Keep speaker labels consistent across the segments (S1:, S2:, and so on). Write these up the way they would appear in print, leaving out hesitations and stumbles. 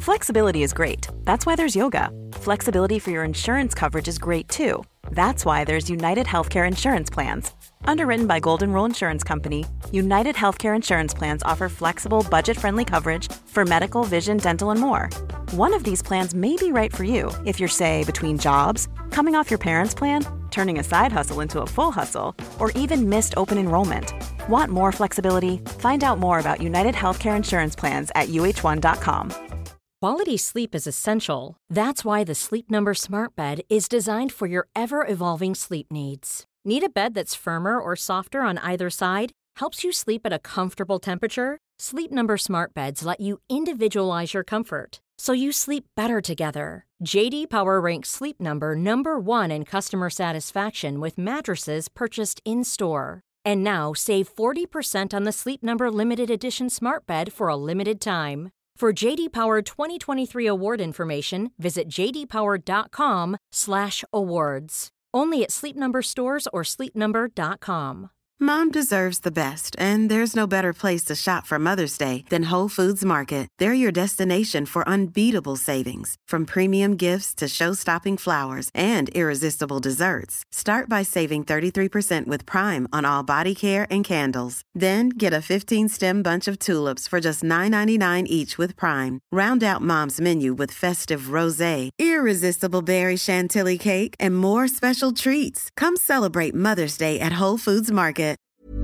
S1: Flexibility is great. That's why there's yoga. Flexibility for your insurance coverage is great too. That's why there's United Healthcare Insurance Plans. Underwritten by Golden Rule Insurance Company, United Healthcare Insurance Plans offer flexible, budget-friendly coverage for medical, vision, dental, and more. One of these plans may be right for you if you're, say, between jobs, coming off your parents' plan, turning a side hustle into a full hustle, or even missed open enrollment. Want more flexibility? Find out more about United Healthcare Insurance Plans at uh1.com.
S2: Quality sleep is essential. That's why the Sleep Number Smart Bed is designed for your ever-evolving sleep needs. Need a bed that's firmer or softer on either side? Helps you sleep at a comfortable temperature? Sleep Number Smart Beds let you individualize your comfort, so you sleep better together. J.D. Power ranks Sleep Number number 1 in customer satisfaction with mattresses purchased in-store. And now save 40% on the Sleep Number Limited Edition Smart Bed for a limited time. For J.D. Power 2023 award information, visit jdpower.com/awards. Only at Sleep Number stores or sleepnumber.com.
S3: Mom deserves the best, and there's no better place to shop for Mother's Day than Whole Foods Market. They're your destination for unbeatable savings, from premium gifts to show-stopping flowers and irresistible desserts. Start by saving 33% with Prime on all body care and candles. Then get a 15-stem bunch of tulips for just $9.99 each with Prime. Round out Mom's menu with festive rosé, irresistible berry chantilly cake, and more special treats. Come celebrate Mother's Day at Whole Foods Market.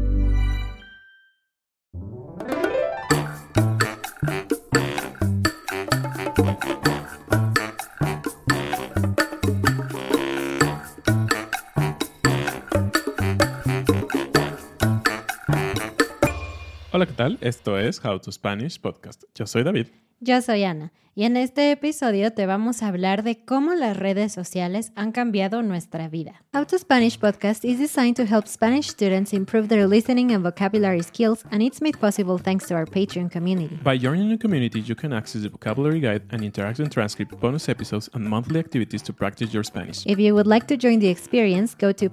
S4: Hola, ¿qué tal? Esto es How to Spanish Podcast. Yo soy David.
S5: Yo soy Ana, y en este episodio te vamos a hablar de cómo las redes sociales han cambiado nuestra vida. How to Spanish Podcast is designed to help Spanish students improve their listening and vocabulary skills, and it's made possible thanks to our Patreon community.
S4: By joining the community, you can access the vocabulary guide and interactive transcript, bonus episodes, and monthly activities to practice your Spanish.
S5: If you would like to join the experience, go to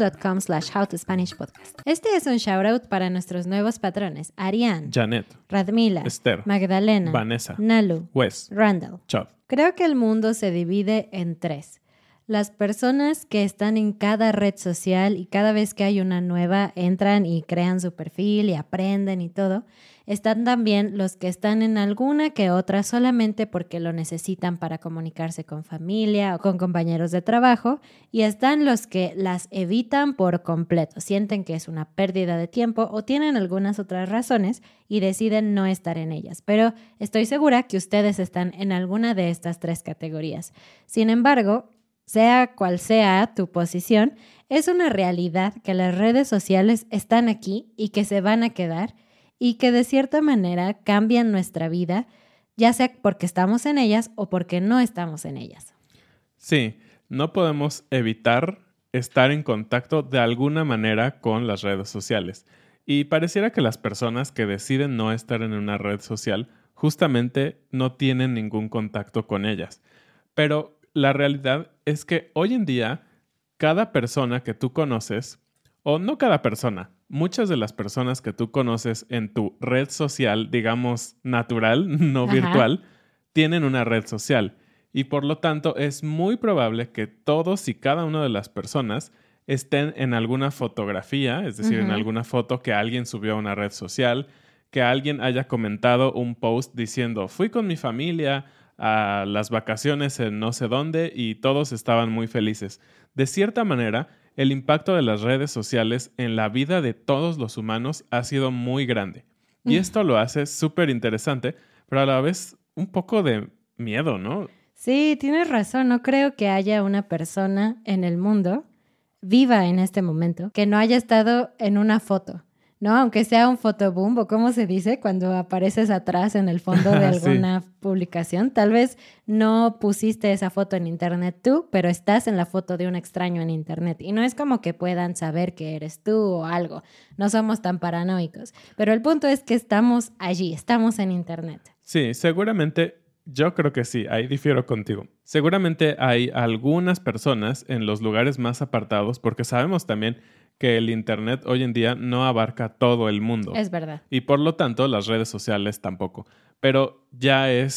S5: patreon.com/howtospanishpodcast. Este es un shoutout para nuestros nuevos patrones: Ariane,
S4: Janet,
S5: Radmila,
S4: Esther,
S5: Magdalena,
S4: Vanessa,
S5: Nalu,
S4: Wes,
S5: Randall.
S4: Chov.
S5: Creo que el mundo se divide en 3. Las personas que están en cada red social y cada vez que hay una nueva entran y crean su perfil y aprenden y todo. Están también los que están en alguna que otra solamente porque lo necesitan para comunicarse con familia o con compañeros de trabajo. Y están los que las evitan por completo, sienten que es una pérdida de tiempo o tienen algunas otras razones y deciden no estar en ellas. Pero estoy segura que ustedes están en alguna de estas 3 categorías. Sin embargo, sea cual sea tu posición, es una realidad que las redes sociales están aquí y que se van a quedar y que de cierta manera cambian nuestra vida, ya sea porque estamos en ellas o porque no estamos en ellas.
S4: Sí, no podemos evitar estar en contacto de alguna manera con las redes sociales. Y pareciera que las personas que deciden no estar en una red social justamente no tienen ningún contacto con ellas. Pero la realidad es que hoy en día cada persona que tú conoces, o no cada persona, muchas de las personas que tú conoces en tu red social, digamos natural, no virtual, tienen una red social. Y por lo tanto es muy probable que todos y cada una de las personas estén en alguna fotografía, es decir, en alguna foto que alguien subió a una red social, que alguien haya comentado un post diciendo, fui con mi familia a las vacaciones en no sé dónde y todos estaban muy felices. De cierta manera, el impacto de las redes sociales en la vida de todos los humanos ha sido muy grande. Y esto lo hace súper interesante, pero a la vez un poco de miedo, ¿no?
S5: Sí, tienes razón. No creo que haya una persona en el mundo viva en este momento que no haya estado en una foto, ¿no? Aunque sea un photoboom, o ¿cómo se dice? Cuando apareces atrás en el fondo de alguna publicación. Tal vez no pusiste esa foto en internet tú, pero estás en la foto de un extraño en internet. Y no es como que puedan saber que eres tú o algo. No somos tan paranoicos. Pero el punto es que estamos allí, estamos en internet.
S4: Sí, seguramente, yo creo que sí, ahí difiero contigo. Seguramente hay algunas personas en los lugares más apartados, porque sabemos también que el internet hoy en día no abarca todo el mundo.
S5: Es verdad.
S4: Y por lo tanto, las redes sociales tampoco. Pero ya es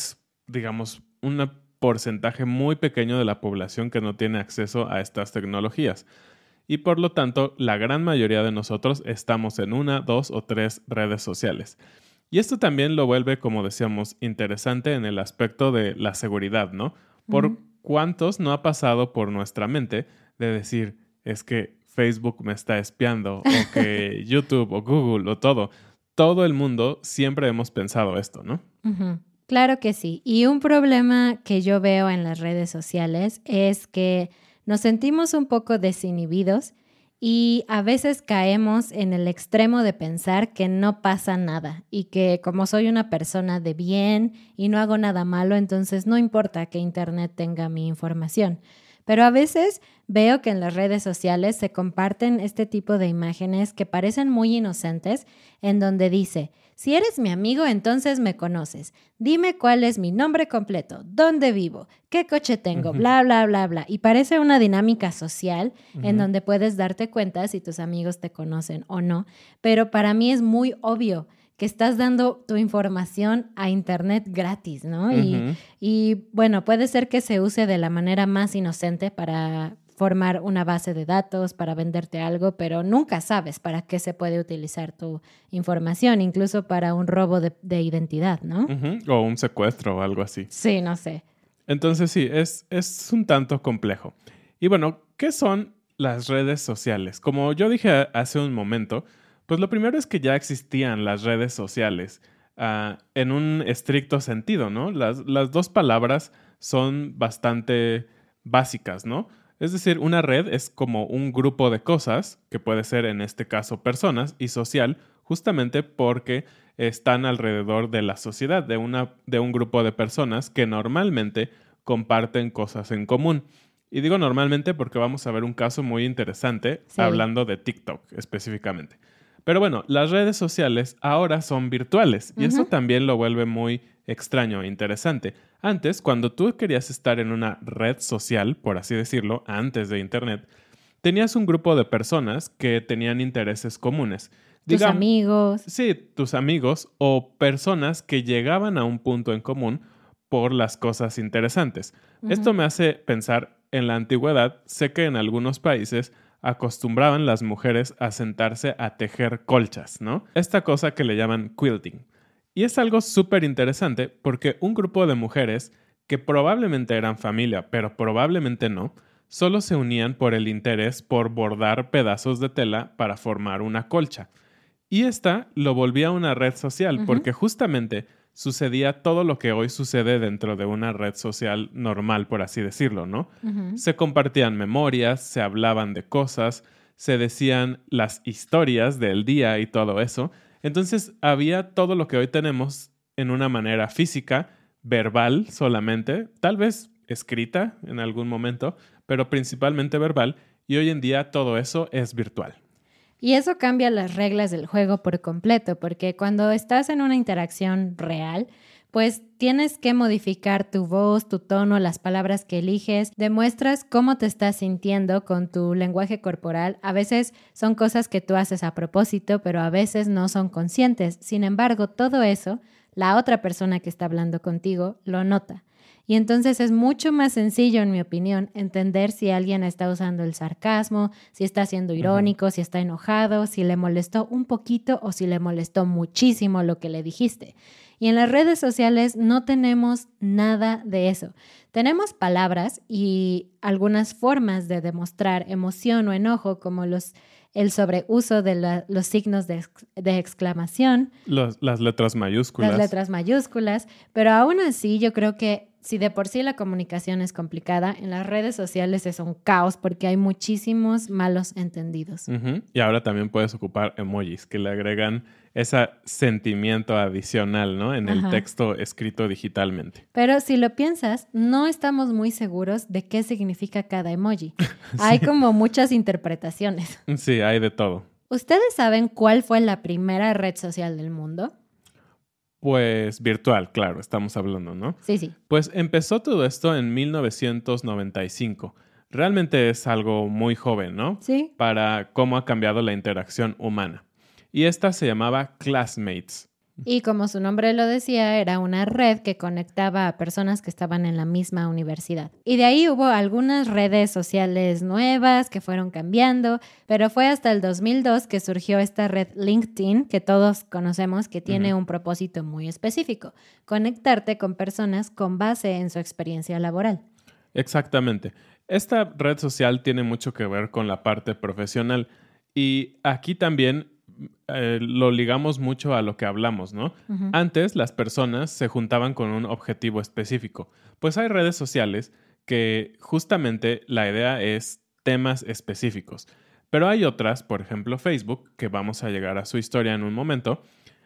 S4: digamos, un porcentaje muy pequeño de la población que no tiene acceso a estas tecnologías. Y por lo tanto, la gran mayoría de nosotros estamos en 1, 2 o 3 redes sociales. Y esto también lo vuelve, como decíamos, interesante en el aspecto de la seguridad, ¿no? Por cuántos no ha pasado por nuestra mente de decir, es que Facebook me está espiando, o que YouTube o Google o todo. Todo el mundo siempre hemos pensado esto, ¿no?
S5: Uh-huh. Claro que sí. Y un problema que yo veo en las redes sociales es que nos sentimos un poco desinhibidos y a veces caemos en el extremo de pensar que no pasa nada y que como soy una persona de bien y no hago nada malo, entonces no importa que Internet tenga mi información. Pero a veces veo que en las redes sociales se comparten este tipo de imágenes que parecen muy inocentes, en donde dice, si eres mi amigo, entonces me conoces. Dime cuál es mi nombre completo, dónde vivo, qué coche tengo, bla, bla, bla, bla. Y parece una dinámica social en donde puedes darte cuenta si tus amigos te conocen o no. Pero para mí es muy obvio que estás dando tu información a Internet gratis, ¿no? Y bueno, puede ser que se use de la manera más inocente para formar una base de datos, para venderte algo, pero nunca sabes para qué se puede utilizar tu información, incluso para un robo de identidad, ¿no?
S4: O un secuestro o algo así.
S5: Sí, no sé.
S4: Entonces sí, es un tanto complejo. Y bueno, ¿qué son las redes sociales? Como yo dije hace un momento, pues lo primero es que ya existían las redes sociales en un estricto sentido, ¿no? Las dos palabras son bastante básicas, ¿no? Es decir, una red es como un grupo de cosas, que puede ser en este caso personas, y social, justamente porque están alrededor de la sociedad, de un grupo de personas que normalmente comparten cosas en común. Y digo normalmente porque vamos a ver un caso muy interesante hablando de TikTok específicamente. Pero bueno, las redes sociales ahora son virtuales y eso también lo vuelve muy extraño e interesante. Antes, cuando tú querías estar en una red social, por así decirlo, antes de Internet, tenías un grupo de personas que tenían intereses comunes.
S5: Tus amigos.
S4: Sí, tus amigos o personas que llegaban a un punto en común por las cosas interesantes. Esto me hace pensar en la antigüedad. Sé que en algunos países acostumbraban las mujeres a sentarse a tejer colchas, ¿no? Esta cosa que le llaman quilting. Y es algo súper interesante porque un grupo de mujeres que probablemente eran familia, pero probablemente no, solo se unían por el interés por bordar pedazos de tela para formar una colcha. Y esta lo volvía una red social porque justamente sucedía todo lo que hoy sucede dentro de una red social normal, por así decirlo, ¿no? Se compartían memorias, se hablaban de cosas, se decían las historias del día y todo eso. Entonces había todo lo que hoy tenemos en una manera física, verbal solamente, tal vez escrita en algún momento, pero principalmente verbal, y hoy en día todo eso es virtual.
S5: Y eso cambia las reglas del juego por completo, porque cuando estás en una interacción real, pues tienes que modificar tu voz, tu tono, las palabras que eliges, demuestras cómo te estás sintiendo con tu lenguaje corporal. A veces son cosas que tú haces a propósito, pero a veces no son conscientes. Sin embargo, todo eso, la otra persona que está hablando contigo lo nota. Y entonces es mucho más sencillo, en mi opinión, entender si alguien está usando el sarcasmo, si está siendo irónico, si está enojado, si le molestó un poquito o si le molestó muchísimo lo que le dijiste. Y en las redes sociales no tenemos nada de eso. Tenemos palabras y algunas formas de demostrar emoción o enojo, como el sobreuso de los signos de exclamación.
S4: Las letras mayúsculas.
S5: Las letras mayúsculas. Pero aún así yo creo que si de por sí la comunicación es complicada, en las redes sociales es un caos porque hay muchísimos malos entendidos.
S4: Y ahora también puedes ocupar emojis que le agregan ese sentimiento adicional, ¿no? En el texto escrito digitalmente.
S5: Pero si lo piensas, no estamos muy seguros de qué significa cada emoji. Hay como muchas interpretaciones.
S4: Sí, hay de todo.
S5: ¿Ustedes saben cuál fue la primera red social del mundo?
S4: Pues virtual, claro, estamos hablando, ¿no?
S5: Sí.
S4: Pues empezó todo esto en 1995. Realmente es algo muy joven, ¿no?
S5: Sí.
S4: Para cómo ha cambiado la interacción humana. Y esta se llamaba Classmates.
S5: Y como su nombre lo decía, era una red que conectaba a personas que estaban en la misma universidad. Y de ahí hubo algunas redes sociales nuevas que fueron cambiando, pero fue hasta el 2002 que surgió esta red LinkedIn, que todos conocemos, que tiene un propósito muy específico: conectarte con personas con base en su experiencia laboral.
S4: Exactamente. Esta red social tiene mucho que ver con la parte profesional y aquí también lo ligamos mucho a lo que hablamos, ¿no? Antes las personas se juntaban con un objetivo específico. Pues hay redes sociales que justamente la idea es temas específicos. Pero hay otras, por ejemplo Facebook, que vamos a llegar a su historia en un momento,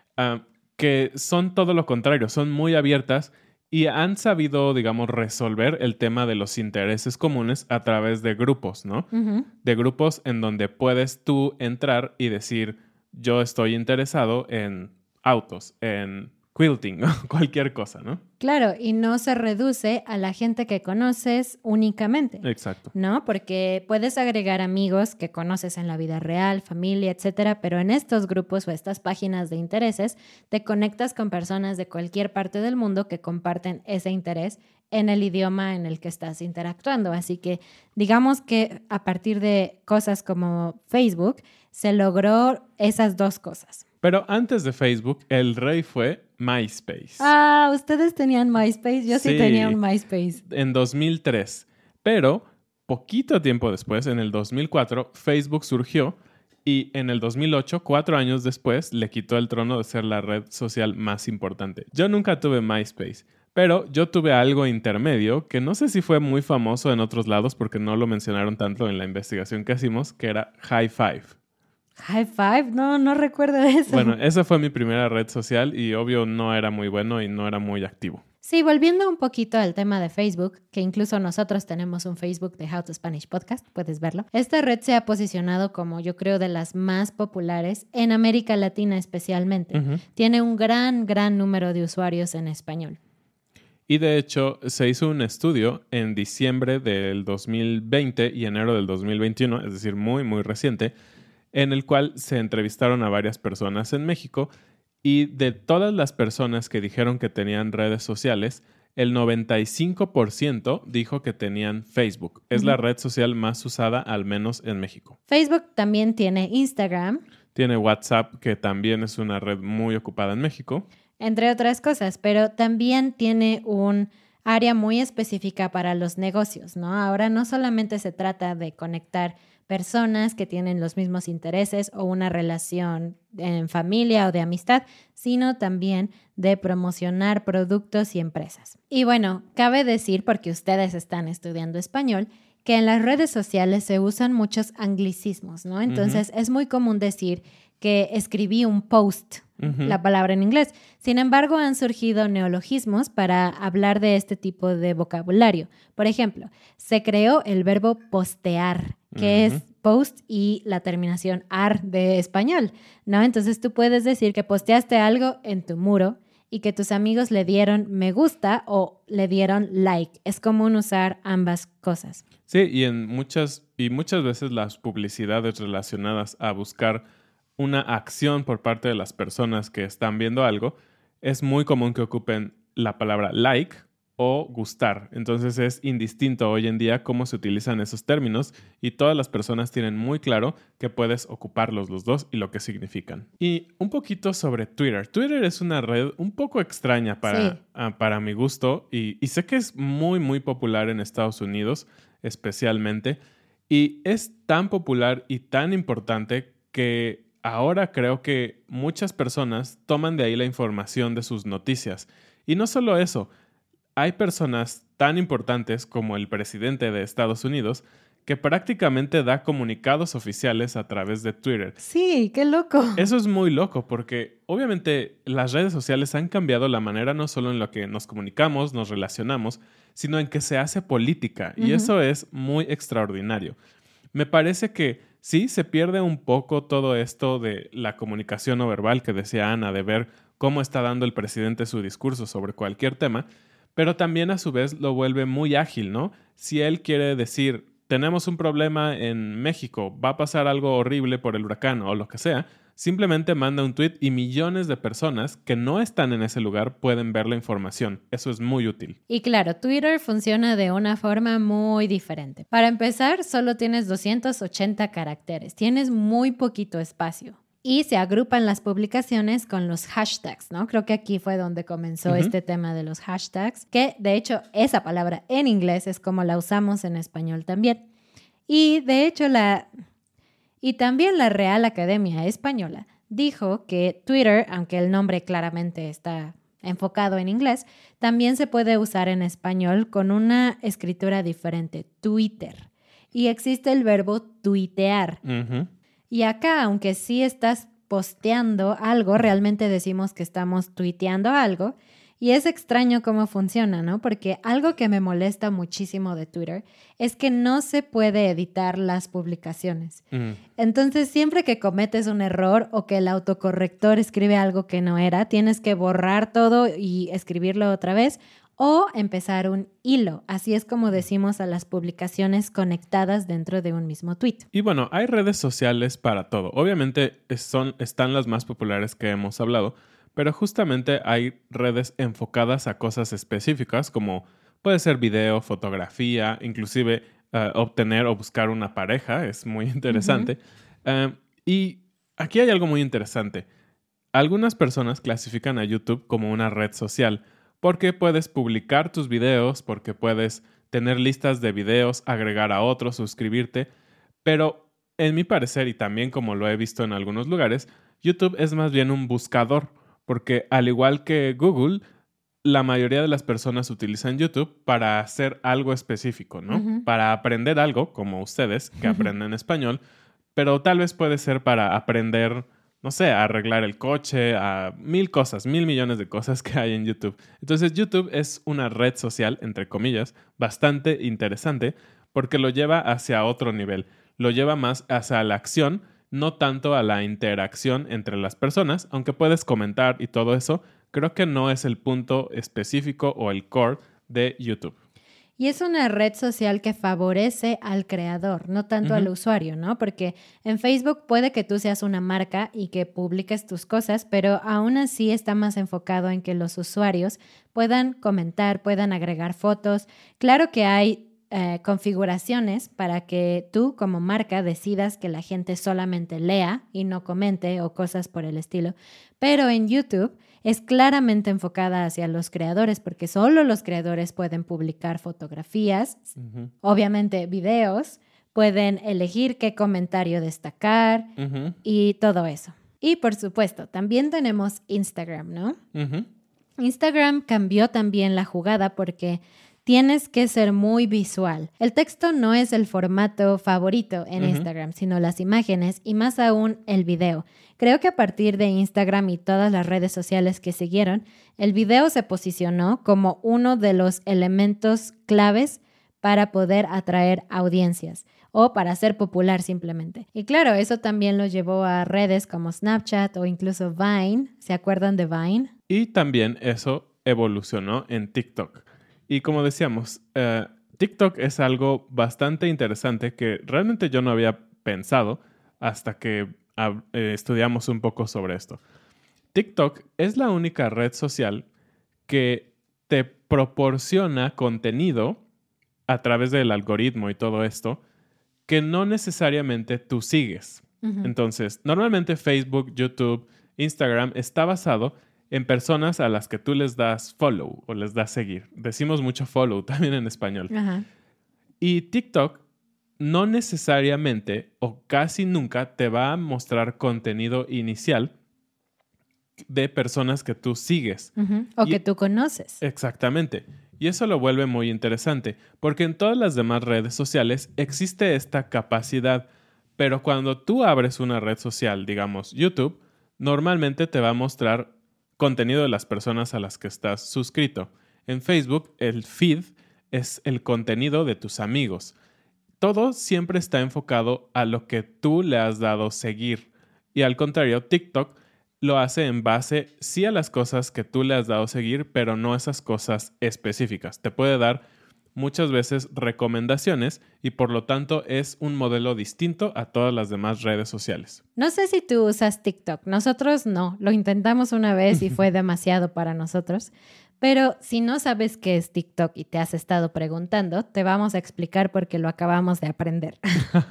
S4: que son todo lo contrario, son muy abiertas y han sabido, digamos, resolver el tema de los intereses comunes a través de grupos, ¿no? De grupos en donde puedes tú entrar y decir: yo estoy interesado en autos, en quilting, cualquier cosa, ¿no?
S5: Claro, y no se reduce a la gente que conoces únicamente.
S4: Exacto.
S5: ¿No? Porque puedes agregar amigos que conoces en la vida real, familia, etcétera, pero en estos grupos o estas páginas de intereses te conectas con personas de cualquier parte del mundo que comparten ese interés en el idioma en el que estás interactuando. Así que digamos que a partir de cosas como Facebook se logró esas dos cosas.
S4: Pero antes de Facebook, el rey fue MySpace.
S5: Ah, ¿ustedes tenían MySpace? Yo sí tenía un MySpace.
S4: En 2003. Pero poquito tiempo después, en el 2004, Facebook surgió y en el 2008, 4 años después, le quitó el trono de ser la red social más importante. Yo nunca tuve MySpace, pero yo tuve algo intermedio que no sé si fue muy famoso en otros lados porque no lo mencionaron tanto en la investigación que hicimos, que era Hi5.
S5: Hi5, no recuerdo eso.
S4: Bueno, esa fue mi primera red social y obvio no era muy bueno y no era muy activo.
S5: Sí, volviendo un poquito al tema de Facebook, que incluso nosotros tenemos un Facebook de How to Spanish Podcast, puedes verlo. Esta red se ha posicionado como, yo creo, de las más populares en América Latina especialmente. Tiene un gran número de usuarios en español.
S4: Y de hecho, se hizo un estudio en diciembre del 2020 y enero del 2021, es decir, muy, muy reciente, en el cual se entrevistaron a varias personas en México y de todas las personas que dijeron que tenían redes sociales, el 95% dijo que tenían Facebook. Es la red social más usada, al menos en México.
S5: Facebook también tiene Instagram.
S4: Tiene WhatsApp, que también es una red muy ocupada en México.
S5: Entre otras cosas, pero también tiene un área muy específica para los negocios, ¿no? Ahora no solamente se trata de conectar personas que tienen los mismos intereses o una relación en familia o de amistad, sino también de promocionar productos y empresas. Y bueno, cabe decir, porque ustedes están estudiando español, que en las redes sociales se usan muchos anglicismos, ¿no? Entonces es muy común decir que escribí un post, la palabra en inglés. Sin embargo, han surgido neologismos para hablar de este tipo de vocabulario. Por ejemplo, se creó el verbo postear, que es post y la terminación ar de español, ¿no? Entonces tú puedes decir que posteaste algo en tu muro y que tus amigos le dieron me gusta o le dieron like. Es común usar ambas cosas.
S4: Sí, y muchas veces las publicidades relacionadas a buscar una acción por parte de las personas que están viendo algo, es muy común que ocupen la palabra like o gustar. Entonces es indistinto hoy en día cómo se utilizan esos términos y todas las personas tienen muy claro que puedes ocuparlos los dos y lo que significan. Y un poquito sobre Twitter. Twitter es una red un poco extraña para mi gusto y sé que es muy, muy popular en Estados Unidos especialmente. Y es tan popular y tan importante que ahora creo que muchas personas toman de ahí la información de sus noticias. Y no solo eso, hay personas tan importantes como el presidente de Estados Unidos que prácticamente da comunicados oficiales a través de Twitter.
S5: Sí, qué loco.
S4: Eso es muy loco porque obviamente las redes sociales han cambiado la manera no solo en la que nos comunicamos, nos relacionamos, sino en que se hace política. Y eso es muy extraordinario. Me parece que sí, se pierde un poco todo esto de la comunicación no verbal que decía Ana, de ver cómo está dando el presidente su discurso sobre cualquier tema, pero también a su vez lo vuelve muy ágil, ¿no? Si él quiere decir tenemos un problema en México, va a pasar algo horrible por el huracán o lo que sea, simplemente manda un tweet y millones de personas que no están en ese lugar pueden ver la información. Eso es muy útil.
S5: Y claro, Twitter funciona de una forma muy diferente. Para empezar, solo tienes 280 caracteres. Tienes muy poquito espacio. Y se agrupan las publicaciones con los hashtags, ¿no? Creo que aquí fue donde comenzó este tema de los hashtags, que de hecho esa palabra en inglés es como la usamos en español también. Y de hecho también la Real Academia Española dijo que Twitter, aunque el nombre claramente está enfocado en inglés, también se puede usar en español con una escritura diferente, Twitter. Y existe el verbo tuitear. Y acá, aunque sí estás posteando algo, realmente decimos que estamos tuiteando algo. Y es extraño cómo funciona, ¿no? Porque algo que me molesta muchísimo de Twitter es que no se puede editar las publicaciones. Entonces, siempre que cometes un error o que el autocorrector escribe algo que no era, tienes que borrar todo y escribirlo otra vez o empezar un hilo. Así es como decimos a las publicaciones conectadas dentro de un mismo tweet.
S4: Y bueno, hay redes sociales para todo. Obviamente están las más populares que hemos hablado, pero justamente hay redes enfocadas a cosas específicas como puede ser video, fotografía, inclusive obtener o buscar una pareja. Es muy interesante. Y aquí hay algo muy interesante. Algunas personas clasifican a YouTube como una red social porque puedes publicar tus videos, porque puedes tener listas de videos, agregar a otros, suscribirte. Pero en mi parecer, y también como lo he visto en algunos lugares, YouTube es más bien un buscador. Porque al igual que Google, la mayoría de las personas utilizan YouTube para hacer algo específico, ¿no? Para aprender algo, como ustedes, que aprenden español, pero tal vez puede ser para aprender, no sé, a arreglar el coche, a 1000 cosas, 1000 millones de cosas que hay en YouTube. Entonces, YouTube es una red social, entre comillas, bastante interesante porque lo lleva hacia otro nivel. Lo lleva más hacia la acción, no tanto a la interacción entre las personas, aunque puedes comentar y todo eso, creo que no es el punto específico o el core de YouTube.
S5: Y es una red social que favorece al creador, no tanto al usuario, ¿no? Porque en Facebook puede que tú seas una marca y que publiques tus cosas, pero aún así está más enfocado en que los usuarios puedan comentar, puedan agregar fotos. Claro que hay configuraciones para que tú como marca decidas que la gente solamente lea y no comente o cosas por el estilo. Pero en YouTube es claramente enfocada hacia los creadores porque solo los creadores pueden publicar fotografías, obviamente videos, pueden elegir qué comentario destacar y todo eso. Y por supuesto, también tenemos Instagram, ¿no? Instagram cambió también la jugada porque tienes que ser muy visual. El texto no es el formato favorito en Instagram, sino las imágenes y más aún el video. Creo que a partir de Instagram y todas las redes sociales que siguieron, el video se posicionó como uno de los elementos claves para poder atraer audiencias o para ser popular simplemente. Y claro, eso también lo llevó a redes como Snapchat o incluso Vine. ¿Se acuerdan de Vine?
S4: Y también eso evolucionó en TikTok. Y como decíamos, TikTok es algo bastante interesante que realmente yo no había pensado hasta que estudiamos un poco sobre esto. TikTok es la única red social que te proporciona contenido a través del algoritmo y todo esto que no necesariamente tú sigues. Entonces, normalmente Facebook, YouTube, Instagram está basado en personas a las que tú les das follow o les das seguir. Decimos mucho follow también en español. Y TikTok no necesariamente o casi nunca te va a mostrar contenido inicial de personas que tú sigues.
S5: O que tú conoces.
S4: Exactamente. Y eso lo vuelve muy interesante, porque en todas las demás redes sociales existe esta capacidad, pero cuando tú abres una red social, digamos YouTube, normalmente te va a mostrar contenido de las personas a las que estás suscrito. En Facebook, el feed es el contenido de tus amigos. Todo siempre está enfocado a lo que tú le has dado seguir. Y al contrario, TikTok lo hace en base a las cosas que tú le has dado seguir, pero no esas cosas específicas. Te puede dar muchas veces recomendaciones y por lo tanto es un modelo distinto a todas las demás redes sociales.
S5: No sé si tú usas TikTok. Nosotros no. Lo intentamos una vez y fue demasiado para nosotros. Pero si no sabes qué es TikTok y te has estado preguntando, te vamos a explicar porque lo acabamos de aprender.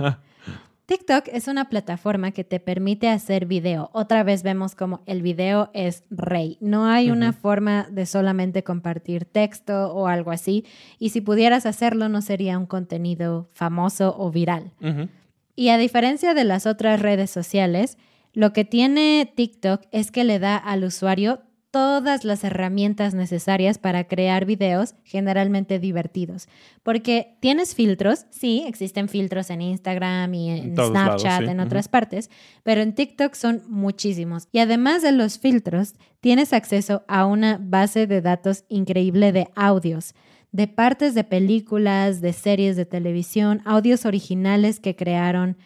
S5: TikTok es una plataforma que te permite hacer video. Otra vez vemos como el video es rey. No hay una forma de solamente compartir texto o algo así. Y si pudieras hacerlo, no sería un contenido famoso o viral. Y a diferencia de las otras redes sociales, lo que tiene TikTok es que le da al usuario todas las herramientas necesarias para crear videos generalmente divertidos. Porque tienes filtros, sí, existen filtros en Instagram y en Snapchat, lados, sí. En otras partes, pero en TikTok son muchísimos. Y además de los filtros, tienes acceso a una base de datos increíble de audios, de partes de películas, de series de televisión, audios originales que crearon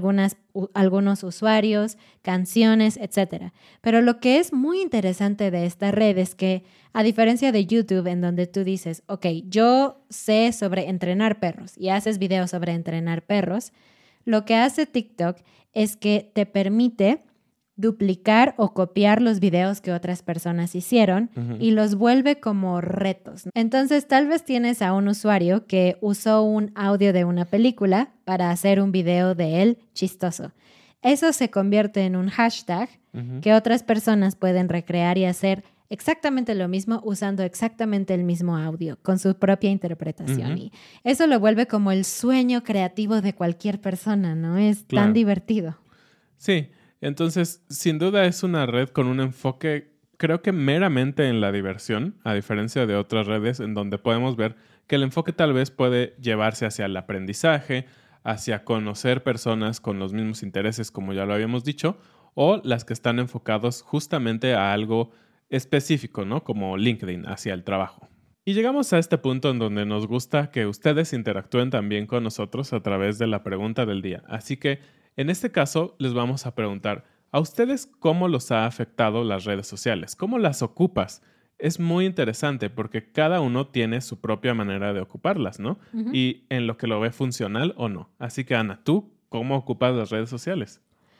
S5: algunos usuarios, canciones, etc. Pero lo que es muy interesante de esta red es que, a diferencia de YouTube, en donde tú dices, ok, yo sé sobre entrenar perros y haces videos sobre entrenar perros, lo que hace TikTok es que te permite duplicar o copiar los videos que otras personas hicieron y los vuelve como retos. Entonces, tal vez tienes a un usuario que usó un audio de una película para hacer un video de él chistoso. Eso se convierte en un hashtag que otras personas pueden recrear y hacer exactamente lo mismo usando exactamente el mismo audio con su propia interpretación. Y eso lo vuelve como el sueño creativo de cualquier persona, ¿no? Es tan divertido.
S4: Sí. Entonces, sin duda es una red con un enfoque, creo que meramente en la diversión, a diferencia de otras redes en donde podemos ver que el enfoque tal vez puede llevarse hacia el aprendizaje, hacia conocer personas con los mismos intereses, como ya lo habíamos dicho, o las que están enfocados justamente a algo específico, ¿no? Como LinkedIn, hacia el trabajo. Y llegamos a este punto en donde nos gusta que ustedes interactúen también con nosotros a través de la pregunta del día. Así que en este caso, les vamos a preguntar, ¿a ustedes cómo los ha afectado las redes sociales? ¿Cómo las ocupas? Es muy interesante porque cada uno tiene su propia manera de ocuparlas, ¿no? Y en lo que lo ve funcional o no. Así que, Ana, ¿tú cómo ocupas las redes sociales?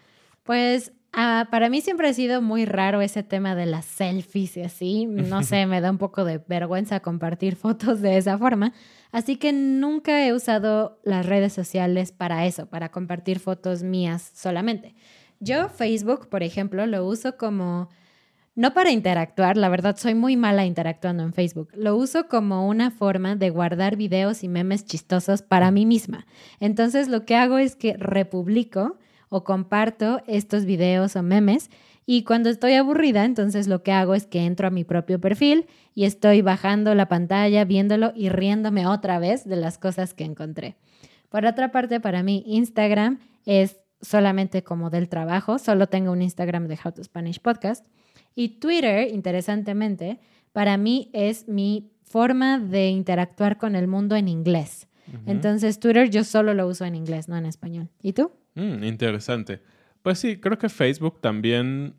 S5: Pues para mí siempre ha sido muy raro ese tema de las selfies y así. No sé, me da un poco de vergüenza compartir fotos de esa forma. Así que nunca he usado las redes sociales para eso, para compartir fotos mías solamente. Yo Facebook, por ejemplo, lo uso como, no para interactuar, la verdad soy muy mala interactuando en Facebook. Lo uso como una forma de guardar videos y memes chistosos para mí misma. Entonces lo que hago es que republico o comparto estos videos o memes y cuando estoy aburrida, entonces lo que hago es que entro a mi propio perfil y estoy bajando la pantalla, viéndolo y riéndome otra vez de las cosas que encontré. Por otra parte, para mí Instagram es solamente como del trabajo, solo tengo un Instagram de How to Spanish Podcast. Y Twitter, interesantemente, para mí es mi forma de interactuar con el mundo en inglés. Entonces Twitter yo solo lo uso en inglés, no en español. ¿Y tú?
S4: Interesante. Pues sí, creo que Facebook también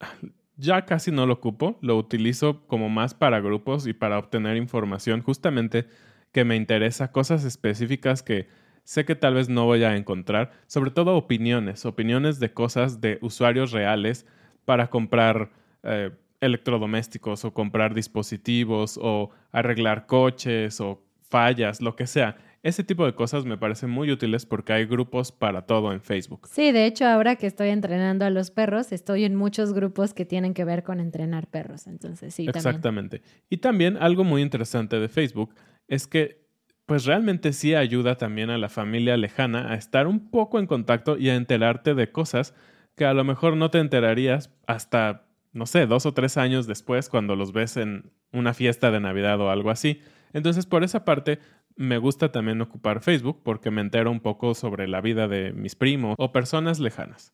S4: ya casi no lo ocupo. Lo utilizo como más para grupos y para obtener información justamente que me interesa, cosas específicas que sé que tal vez no voy a encontrar. Sobre todo opiniones de cosas de usuarios reales para comprar electrodomésticos o comprar dispositivos o arreglar coches o fallas, lo que sea. Ese tipo de cosas me parecen muy útiles porque hay grupos para todo en Facebook.
S5: Sí, de hecho, ahora que estoy entrenando a los perros, estoy en muchos grupos que tienen que ver con entrenar perros. Entonces, sí,
S4: exactamente. También. Y también algo muy interesante de Facebook es que pues realmente sí ayuda también a la familia lejana a estar un poco en contacto y a enterarte de cosas que a lo mejor no te enterarías hasta, no sé, 2 o 3 años después cuando los ves en una fiesta de Navidad o algo así. Entonces, por esa parte, me gusta también ocupar Facebook porque me entero un poco sobre la vida de mis primos o personas lejanas.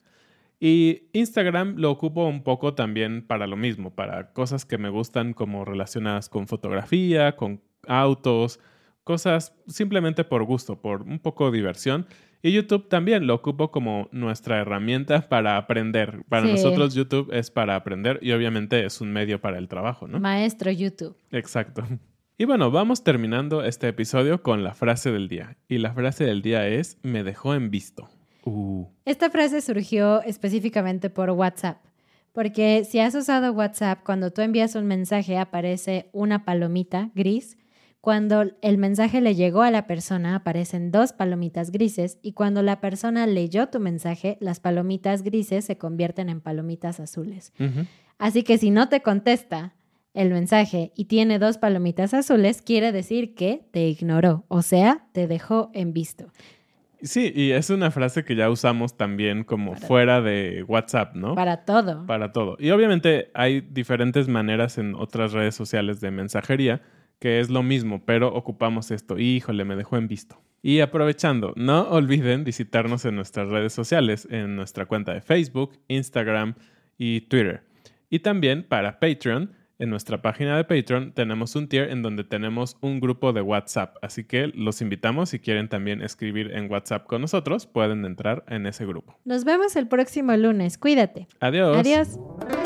S4: Y Instagram lo ocupo un poco también para lo mismo, para cosas que me gustan como relacionadas con fotografía, con autos, cosas simplemente por gusto, por un poco de diversión. Y YouTube también lo ocupo como nuestra herramienta para aprender. Para nosotros YouTube es para aprender y obviamente es un medio para el trabajo, ¿no?
S5: Maestro YouTube.
S4: Exacto. Y bueno, vamos terminando este episodio con la frase del día. Y la frase del día es, me dejó en visto.
S5: Esta frase surgió específicamente por WhatsApp. Porque si has usado WhatsApp, cuando tú envías un mensaje aparece una palomita gris. Cuando el mensaje le llegó a la persona aparecen 2 palomitas grises y cuando la persona leyó tu mensaje, las palomitas grises se convierten en palomitas azules.
S4: Uh-huh.
S5: Así que si no te contesta el mensaje y tiene 2 palomitas azules, quiere decir que te ignoró, o sea, te dejó en visto.
S4: Sí, y es una frase que ya usamos también como fuera de WhatsApp, ¿no?
S5: Para todo.
S4: Para todo. Y obviamente hay diferentes maneras en otras redes sociales de mensajería que es lo mismo, pero ocupamos esto. Híjole, me dejó en visto. Y aprovechando, no olviden visitarnos en nuestras redes sociales, en nuestra cuenta de Facebook, Instagram y Twitter. Y también para Patreon, en nuestra página de Patreon tenemos un tier en donde tenemos un grupo de WhatsApp. Así que los invitamos, si quieren también escribir en WhatsApp con nosotros, pueden entrar en ese grupo.
S5: Nos vemos el próximo lunes. Cuídate.
S4: Adiós.
S5: Adiós.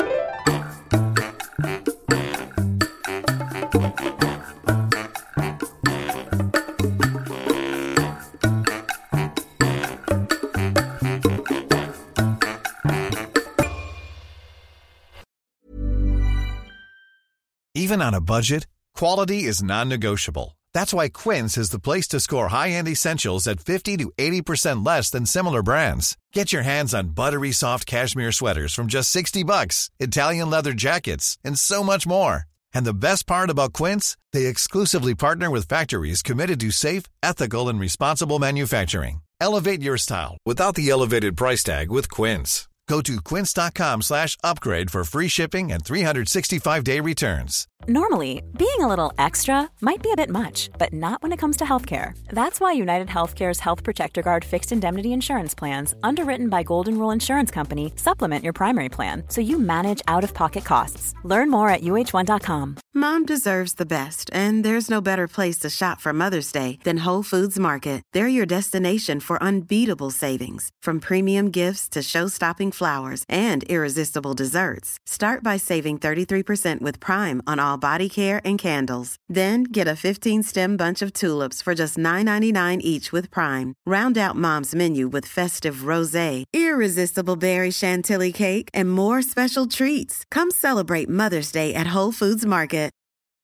S6: Even on a budget, quality is non-negotiable. That's why Quince is the place to score high-end essentials at 50 to 80% less than similar brands. Get your hands on buttery soft cashmere sweaters from just $60, Italian leather jackets, and so much more. And the best part about Quince, they exclusively partner with factories committed to safe, ethical, and responsible manufacturing. Elevate your style without the elevated price tag with Quince. Go to quince.com/upgrade for free shipping and 365-day returns.
S1: Normally, being a little extra might be a bit much, but not when it comes to healthcare. That's why United Healthcare's Health Protector Guard fixed indemnity insurance plans, underwritten by Golden Rule Insurance Company, supplement your primary plan so you manage out-of-pocket costs. Learn more at uh1.com.
S3: Mom deserves the best, and there's no better place to shop for Mother's Day than Whole Foods Market. They're your destination for unbeatable savings, from premium gifts to show-stopping flowers and irresistible desserts. Start by saving 33% with Prime on all body care and candles. Then get a 15-stem bunch of tulips for just $9.99 each with Prime. Round out Mom's menu with festive rosé, irresistible berry chantilly cake, and more special treats. Come celebrate Mother's Day at Whole Foods Market.